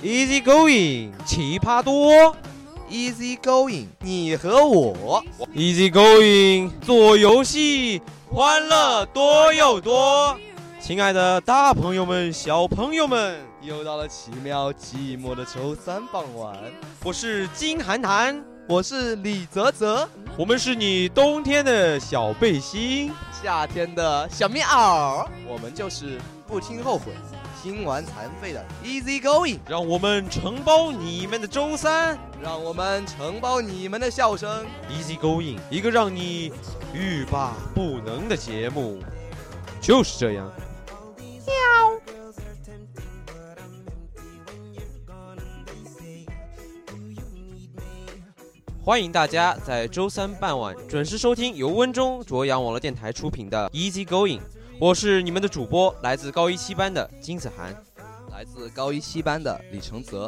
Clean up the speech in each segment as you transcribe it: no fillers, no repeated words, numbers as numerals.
Easy Going， 奇葩多。 Easy Going， 你和我。 Easy Going， 做游戏，欢乐多又多。亲爱的大朋友们、小朋友们， 又到了奇妙寂寞的周三傍晚。 我是金涵涵， 我是李泽泽， 我们是你冬天的小背心， 夏天的小棉袄。我们就是不听后悔，听完残废的 Easy Going。 让我们承包你们的周三， 让我们承包你们的笑声。 Easy Going， 一个让你欲罢不能的节目，就是这样。欢迎大家在周三傍晚准时收听由温州卓阳网络电台出品的 Easy Going， 我是你们的主播，来自高一七班的金子涵， 来自高一七班的李承泽。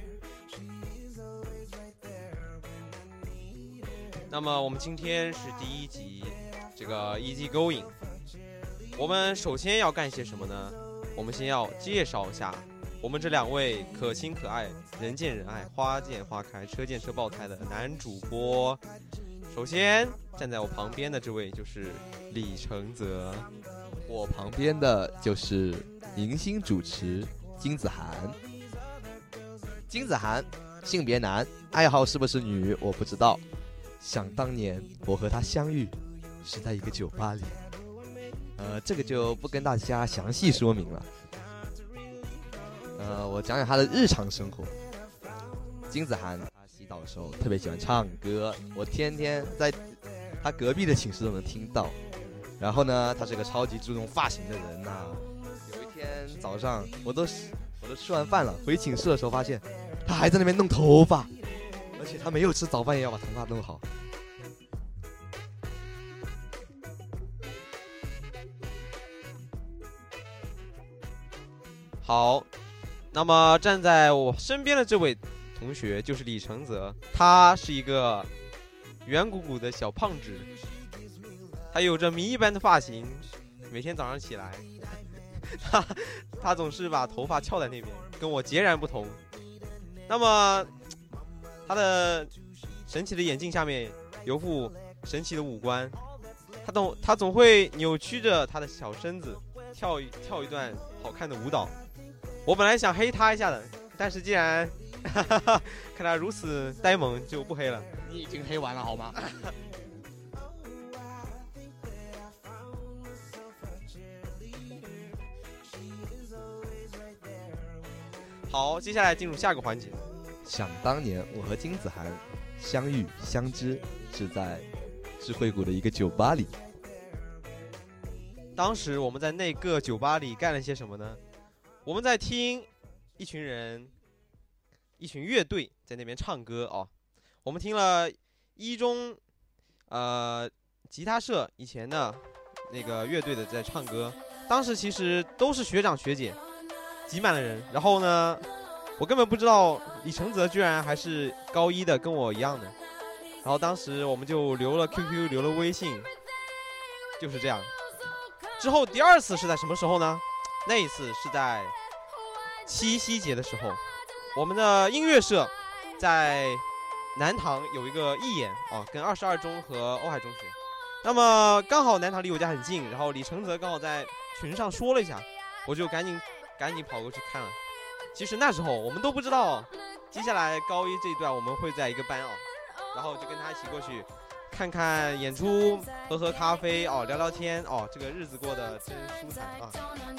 那么我们今天是第一集这个 Easy Going， 我们首先要干些什么呢？我们先要介绍一下我们这两位可亲可爱、人见人爱、花见花开、车见车爆胎的男主播。首先站在我旁边的这位就是李承泽， 我旁边的就是明星主持金子涵。金子涵，性别男，爱好是不是女我不知道。想当年我和他相遇是在一个酒吧里，这个就不跟大家详细说明了。我讲讲他的日常生活。金子涵他洗澡的时候特别喜欢唱歌，我天天在他隔壁的寝室都能听到。然后呢，他是个超级注重发型的人呐。有一天早上我都吃完饭了，回寝室的时候发现他还在那边弄头发，而且他没有吃早饭也要把头发弄好。 好，那么站在我身边的这位同学就是李承泽，他是一个圆鼓鼓的小胖子，他有着谜一般的发型，每天早上起来他总是把头发翘在那边，跟我截然不同。那么他的神奇的眼镜下面有副神奇的五官，他总会扭曲着他的小身子跳一段好看的舞蹈。我本来想黑他一下的，但是既然看他如此呆萌，就不黑了。 你已经黑完了好吗？ 好，接下来进入下个环节。 想当年我和金子涵相遇相知是在智慧谷的一个酒吧里。 当时我们在那个酒吧里干了些什么呢？我们在听一群乐队在那边唱歌哦。我们听了一中吉他社以前的那个乐队的在唱歌，当时其实都是学长学姐，挤满了人。然后呢，我根本不知道李承泽居然还是高一的，跟我一样的。然后当时我们就留了 QQ， 留了微信，就是这样。之后第二次是在什么时候呢？那一次是在七夕节的时候，我们的音乐社在南塘有一个义演啊，跟22中和瓯海中学。那么刚好南塘离我家很近，然后李承泽刚好在群上说了一下，我就赶紧跑过去看了。其实那时候我们都不知道，接下来高一这一段我们会在一个班啊，然后就跟他一起过去看看演出，喝咖啡哦，聊聊天哦，这个日子过得真舒坦啊。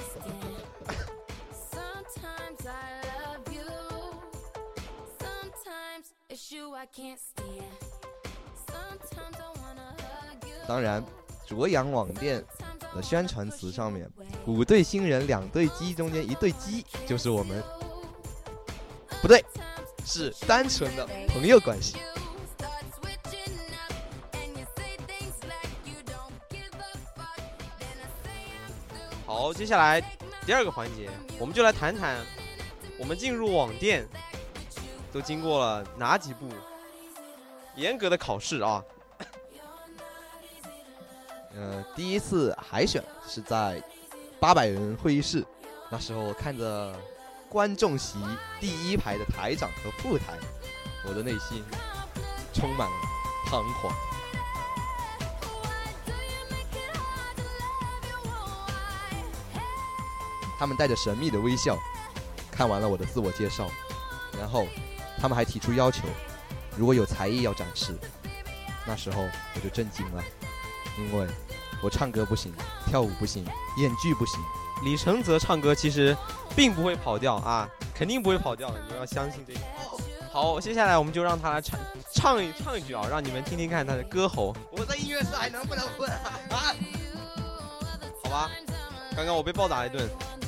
当然，卓阳网店的宣传词上面，5对新人2对鸡中间1对鸡就是我们，不对，是单纯的朋友关系。 好，接下来第二个环节，我们就来谈谈我们进入网店都经过了哪几步严格的考试啊。 第一次海选是在800人会议室，那时候我看着观众席第一排的台长和副台，我的内心充满了彷徨。他们带着神秘的微笑看完了我的自我介绍，然后他们还提出要求，如果有才艺要展示。那时候我就震惊了，因为我唱歌不行，跳舞不行，演剧不行。 李承泽唱歌其实并不会跑调啊，肯定不会跑调，你们要相信这个。好，接下来我们就让他来唱一句啊，让你们听听看他的歌喉。 我在音乐室还能不能混啊？ 好吧，刚刚我被暴打了一顿。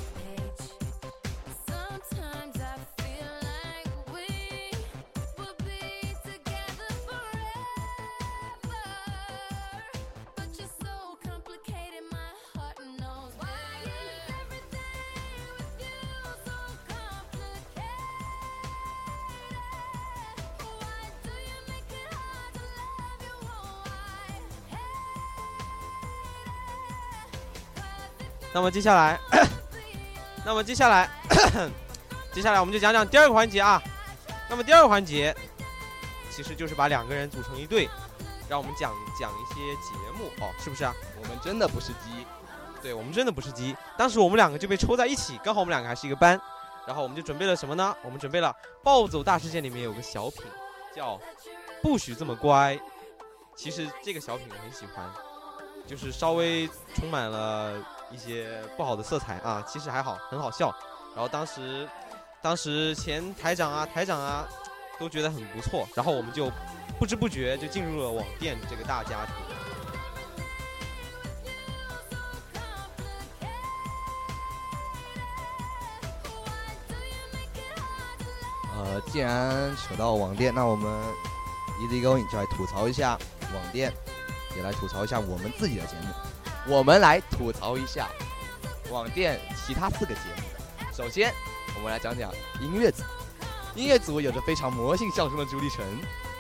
那么接下来我们就讲讲第二个环节啊。那么第二个环节其实就是把两个人组成一队，让我们讲一些节目哦，是不是啊？ 我们真的不是鸡， 对，我们真的不是鸡。当时我们两个就被抽在一起，刚好我们两个还是一个班，然后我们就准备了什么呢？我们准备了《暴走大事件》里面有个小品叫《不许这么乖》。其实这个小品我很喜欢，就是稍微充满了一些不好的色彩啊，其实还好，很好笑。然后当时前台长啊都觉得很不错，然后我们就不知不觉就进入了网店这个大家庭。 既然扯到网店，那我们 Easy Going 就来吐槽一下网店，也来吐槽一下我们自己的节目。我们来吐槽一下网店其他4个节目。首先，我们来讲讲音乐组。音乐组有着非常魔性笑声的朱立晨。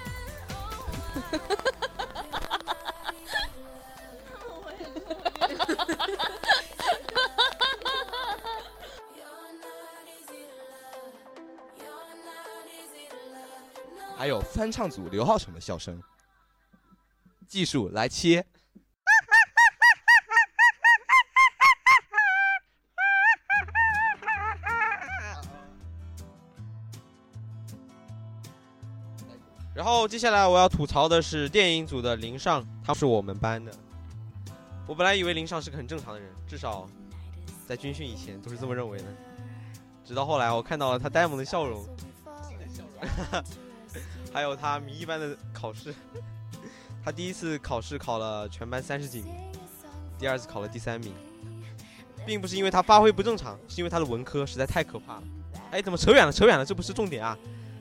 还有翻唱组刘浩成的笑声，技术来切。 然后接下来我要吐槽的是电影组的林尚，他是我们班的。我本来以为林尚是个很正常的人，至少在军训以前都是这么认为的。直到后来我看到了他呆萌的笑容，还有他谜一般的考试。他第一次考试考了全班30几名，第二次考了第3名，并不是因为他发挥不正常，是因为他的文科实在太可怕了。哎，怎么扯远了？这不是重点啊。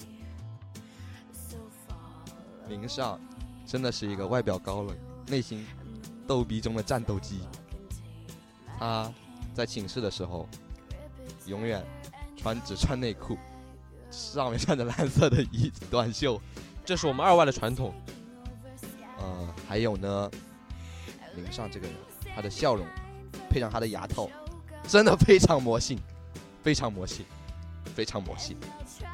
林尚真的是一个外表高冷、内心逗逼中的战斗机。他在寝室的时候，永远只穿内裤，上面穿着蓝色的短袖， 这是我们2外的传统。 还有呢，林尚这个人，他的笑容配上他的牙套，真的非常魔性，非常魔性，非常魔性。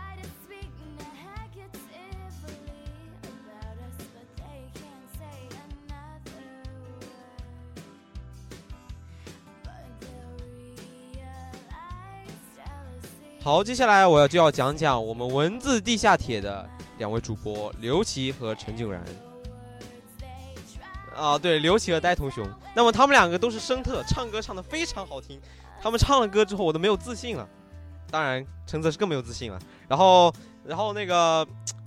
好，接下来我就要讲讲我们文字地下铁的2位主播刘琦和陈景然。对，刘琦和呆童熊。那么他们2个都是声特，唱歌唱得非常好听。他们唱了歌之后，我都没有自信了。当然，陈泽是更没有自信了。然后那个，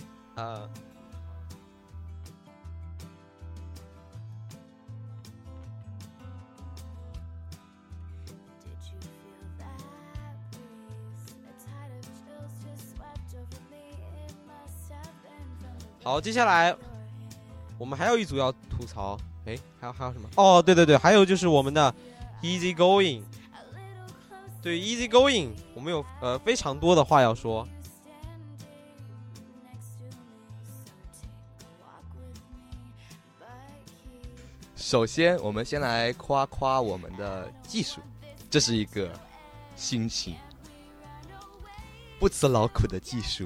好，接下来我们还有一组要吐槽。哎，还有什么？哦，对，还有就是我们的 Easy Going。对 Easy Going， 我们有非常多的话要说。 首先，我们先来夸夸我们的技术，这是一个新奇。 不辞劳苦的技术。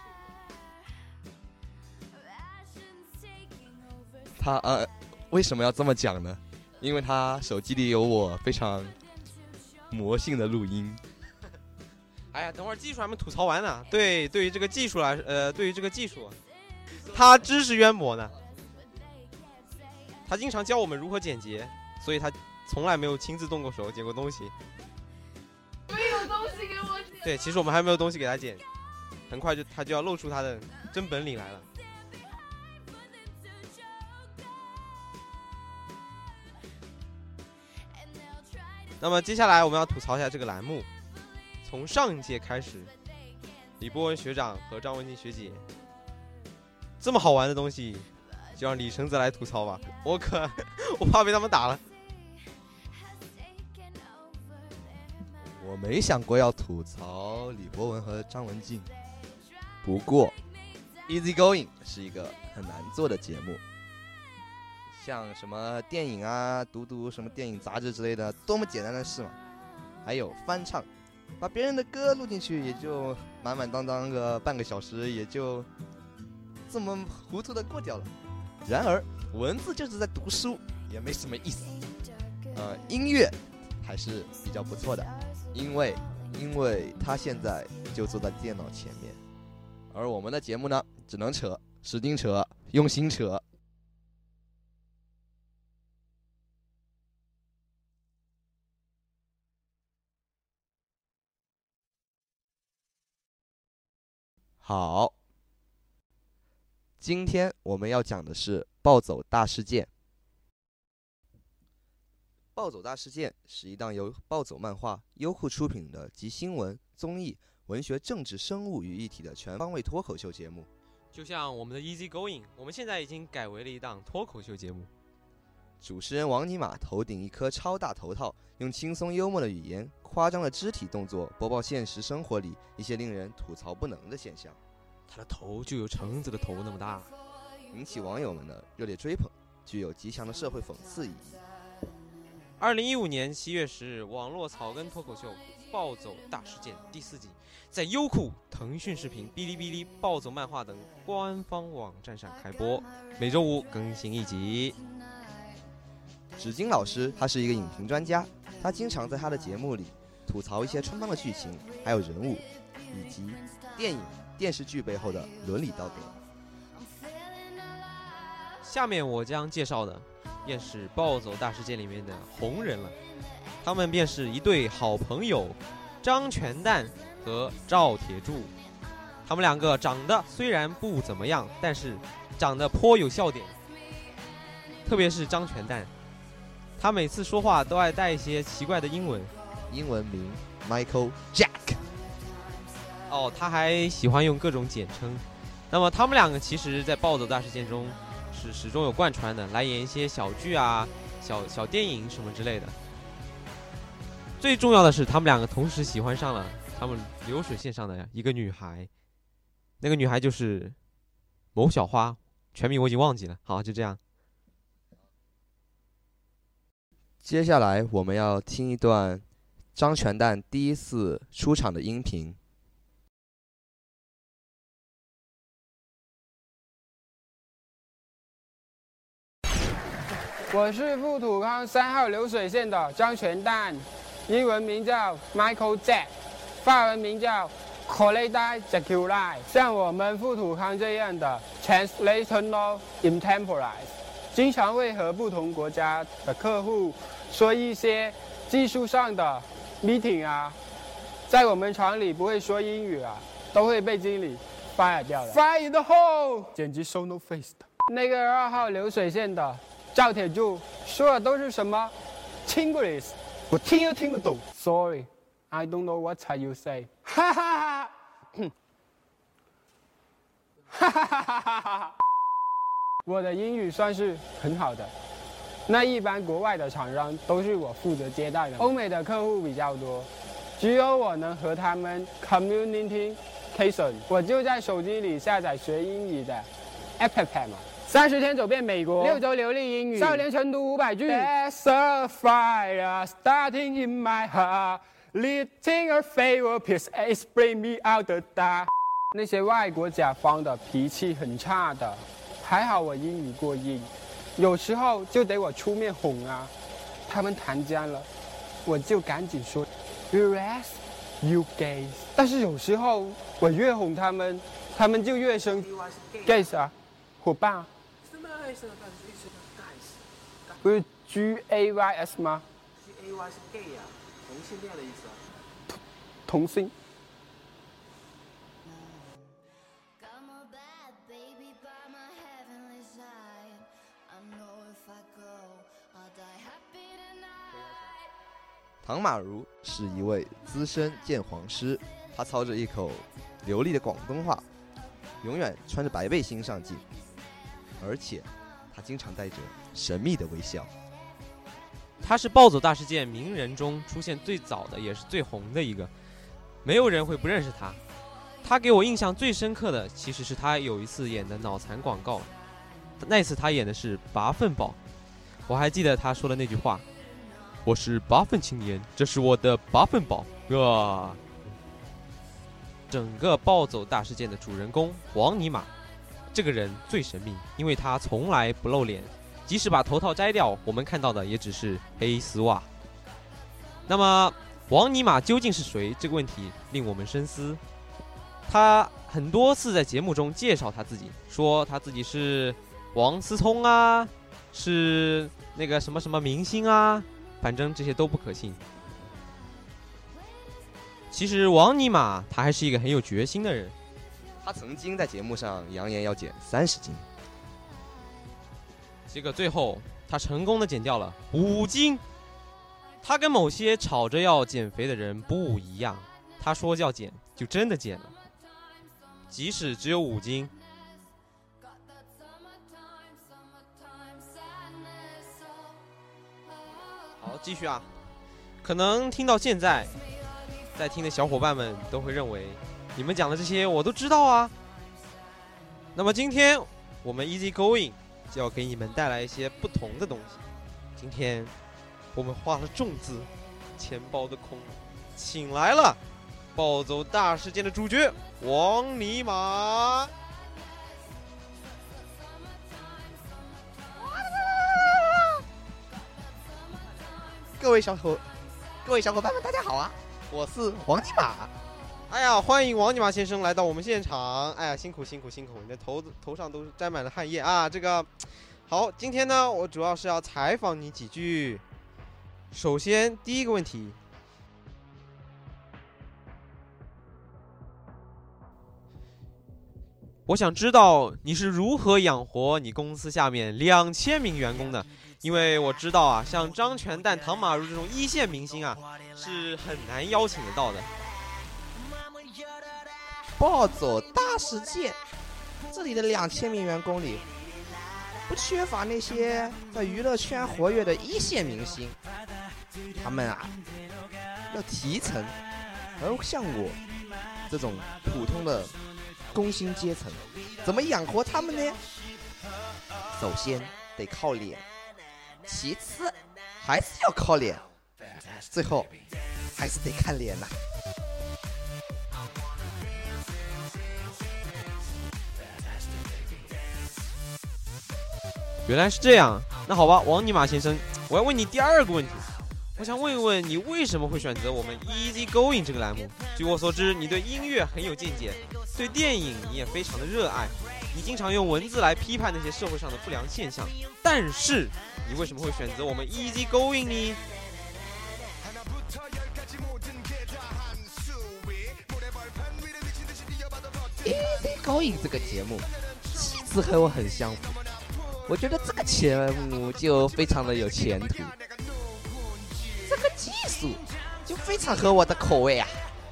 他为什么要这么讲呢？因为他手机里有我非常魔性的录音。 哎呀，等会儿技术还没吐槽完呢。对于这个技术来，对于这个技术，他知识渊博呢。他经常教我们如何剪辑，所以他从来没有亲自动过手剪过东西。 没有东西给我剪。 对，其实我们还没有东西给他剪，很快他就要露出他的真本领来了。那么接下来我们要吐槽一下这个栏目。从上一届开始，李博文学长和张文静学姐，这么好玩的东西，就让李橙子来吐槽吧。我怕被他们打了。 我没想过要吐槽李博文和张文静，不过 Easy Going 是一个很难做的节目。像什么电影啊，读什么电影杂志之类的，多么简单的事嘛。还有翻唱，把别人的歌录进去，也就满满当当个半个小时，也就这么糊涂的过掉了。然而文字就是在读书，也没什么意思。音乐还是比较不错的，因为他现在就坐在电脑前面，而我们的节目呢，只能扯，使劲扯，用心扯。好，今天我们要讲的是暴走大事件。暴走大事件是一档由暴走漫画、优酷出品的集新闻、综艺、文学、政治、生物于一体的全方位脱口秀节目。 就像我们的 Easy Going， 我们现在已经改为了一档脱口秀节目。 主持人王尼玛头顶一颗超大头套，用轻松幽默的语言、夸张的肢体动作播报现实生活里一些令人吐槽不能的现象。 他的头就有橙子的头那么大， 引起网友们的热烈追捧，具有极强的社会讽刺意义。 2015年7月10日，网络草根脱口秀《暴走大事件》第4季，在优酷、腾讯视频、哔哩哔哩、暴走漫画等官方网站上开播，每周5更新1集。 纸巾老师他是一个影评专家，他经常在他的节目里吐槽一些穿帮的剧情，还有人物，以及电影、电视剧背后的伦理道德。 下面我将介绍的便是《暴走大事件》里面的红人了，他们便是一对好朋友张全蛋和赵铁柱。他们两个长得虽然不怎么样，但是长得颇有笑点，特别是张全蛋，他每次说话都爱带一些奇怪的英文名 Michael Jack。 他还喜欢用各种简称。那么他们两个其实在暴走大事件中是始终有贯穿的，来演一些小剧啊、小电影什么之类的。最重要的是，他们两个同时喜欢上了他们流水线上的一个女孩，那个女孩就是某小花，全名我已经忘记了。好，就这样。 接下来我们要听一段张全蛋第一次出场的音频。 我是富土康3号流水线的张全蛋，英文名叫 Michael Jack， 法文名叫 Coleda Jaculi。像我们富土康这样的 Translational Intemporalize， 经常会和不同国家的客户说一些技术上的 meeting 啊，在我们厂里不会说英语啊，都会被经理 fire 掉的。Fire in the hole， 简直 show no face 的。那个2号流水线的赵铁柱说的都是什么 Chinglish， 我听都听不懂。Sorry, I don't know what you say。哈哈哈，哈哈哈哈哈！我的英语算是很好的，那一般国外的厂商都是我负责接待的，欧美的客户比较多，只有我能和他们 communication。我就在手机里下载学英语的 app 嘛。30天走遍美国，6周流利英语，少年晨读500句。There's a fire starting in my heart, Lifting a favor, please bring me out the dark。那些外国甲方的脾气很差的，还好我英语过硬，有时候就得我出面哄啊。他们谈僵了，我就赶紧说 You rest, you gays。但是有时候我越哄他们，他们就越生 gays 啊，伙伴。不是 GAYS 吗 ？GAY 是 gay 啊，同性恋的意思啊。 同性。 唐马如是一位资深鉴黄师，他操着一口流利的广东话，永远穿着白背心上镜，而且他经常带着神秘的微笑。 他是暴走大事件名人中出现最早的，也是最红的一个，没有人会不认识他。他给我印象最深刻的，其实是他有一次演的脑残广告，那次他演的是拔粪宝，我还记得他说的那句话。我是拔粪青年，这是我的拔粪宝啊！整个暴走大事件的主人公王尼玛，这个人最神秘，因为他从来不露脸，即使把头套摘掉，我们看到的也只是黑丝袜。那么，王尼玛究竟是谁？这个问题令我们深思。他很多次在节目中介绍他自己，说他自己是王思聪啊，是那个什么什么明星啊。反正这些都不可信。其实王尼玛他还是一个很有决心的人， 他曾经在节目上扬言要减30斤， 结果最后他成功的减掉了5斤。他跟某些吵着要减肥的人不一样，他说要减就真的减了，即使只有5斤。好，继续啊！可能听到现在，在听的小伙伴们都会认为，你们讲的这些我都知道啊。那么今天我们 Easy Going 就要给你们带来一些不同的东西。今天我们花了重资，钱包的空，请来了暴走大事件的主角王尼玛。 各位小伙伴们，大家好啊！我是王尼玛。 哎呀，欢迎王尼玛先生来到我们现场。哎呀，辛苦，你的头上都沾满了汗液啊！这个好，今天呢，我主要是要采访你几句。首先，第一个问题，我想知道你是如何养活你公司下面2000名员工的。因为我知道啊，像张全蛋、唐马如这种一线明星啊，是很难邀请得到的。 暴走大事件，这里的2000名员工里，不缺乏那些在娱乐圈活跃的一线明星，他们啊，要提成，而像我这种普通的工薪阶层，怎么养活他们呢？首先得靠脸。其次还是要靠脸，最后还是得看脸呐。 原来是这样，那好吧，王尼玛先生，我要问你第二个问题。我想问一问你为什么会选择我们 Easy Going 这个栏目？据我所知，你对音乐很有见解，对电影你也非常的热爱，你经常用文字来批判那些社会上的不良现象。但是你为什么会选择我们 Easy Going 呢？ Easy Going 这个节目气质和我很相符，我觉得这个节目就非常的有前途，这个技术就非常合我的口味啊。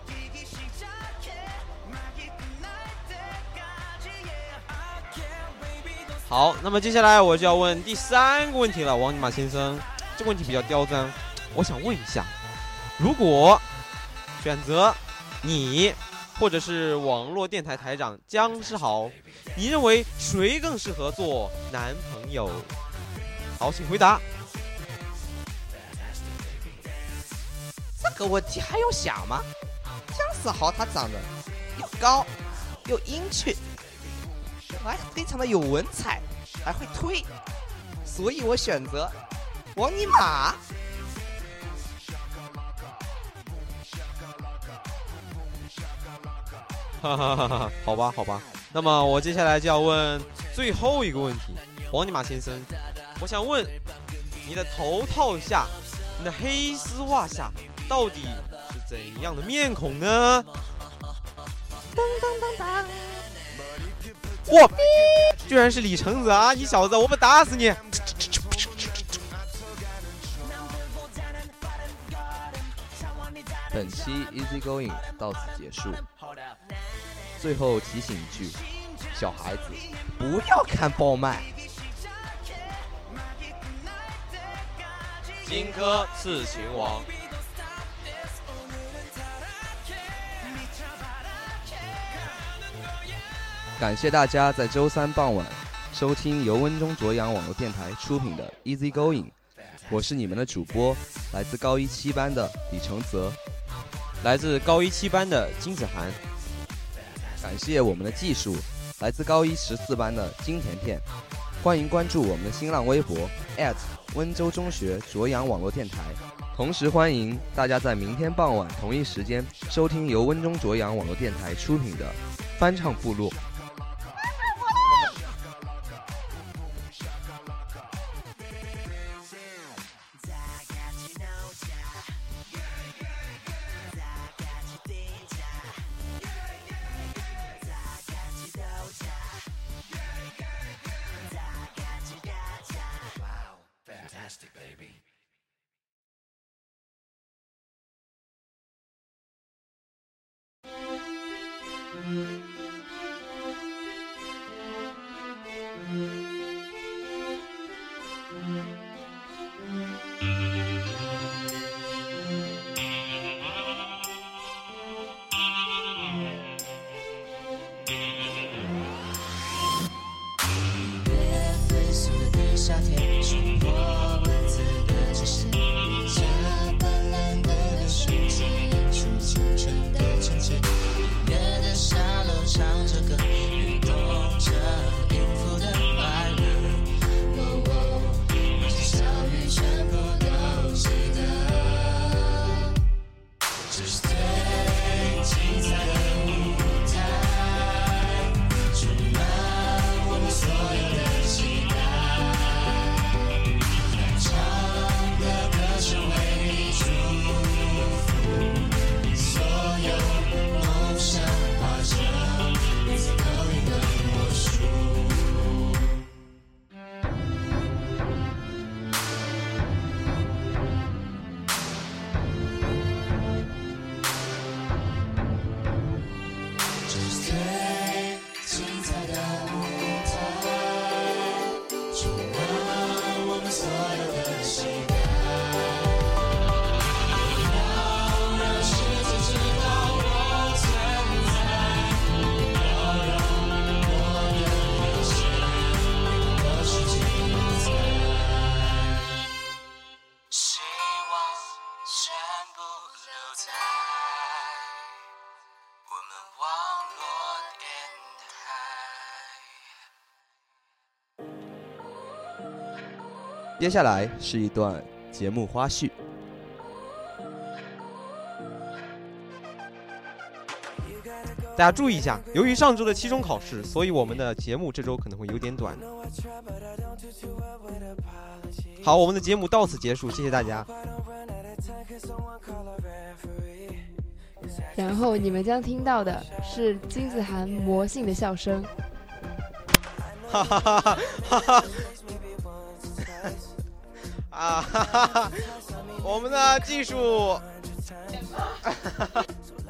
好，那么接下来我就要问第3个问题了，王尼玛先生，这个问题比较刁钻，我想问一下，如果选择你或者是网络电台台长姜世豪，你认为谁更适合做男朋友？好，请回答。 这个个问题还用想吗？姜思豪他长得又高又英俊，还非常的有文采，还会推，所以我选择王尼玛。 哈哈哈哈，好吧，好吧。那么我接下来就要问最后一个问题，王尼玛先生，我想问你的头套下，你的黑丝袜下，到底是怎样的面孔呢？我居然是李橙子啊！你小子，我不打死你！ 本期 Easy Going 到此结束。最后提醒一句，小孩子不要看爆漫。 荆轲刺秦王。 感谢大家在周三傍晚收听由温中卓阳网络电台出品的 Easy Going， 我是你们的主播，来自高一7班的李承泽， 来自高一7班的金子涵。 感谢我们的技术，来自高一14班的金甜甜。欢迎关注我们的新浪微博温州中学卓阳网络电台，同时欢迎大家在明天傍晚同一时间收听由温中卓阳网络电台出品的翻唱部落。接下来是一段节目花絮。 大家注意一下，由于上周的期中考试，所以我们的节目这周可能会有点短。好，我们的节目到此结束，谢谢大家。 然后你们将听到的是金子涵魔性的笑声。 哈哈哈哈哈哈！啊哈哈哈！我们的技术。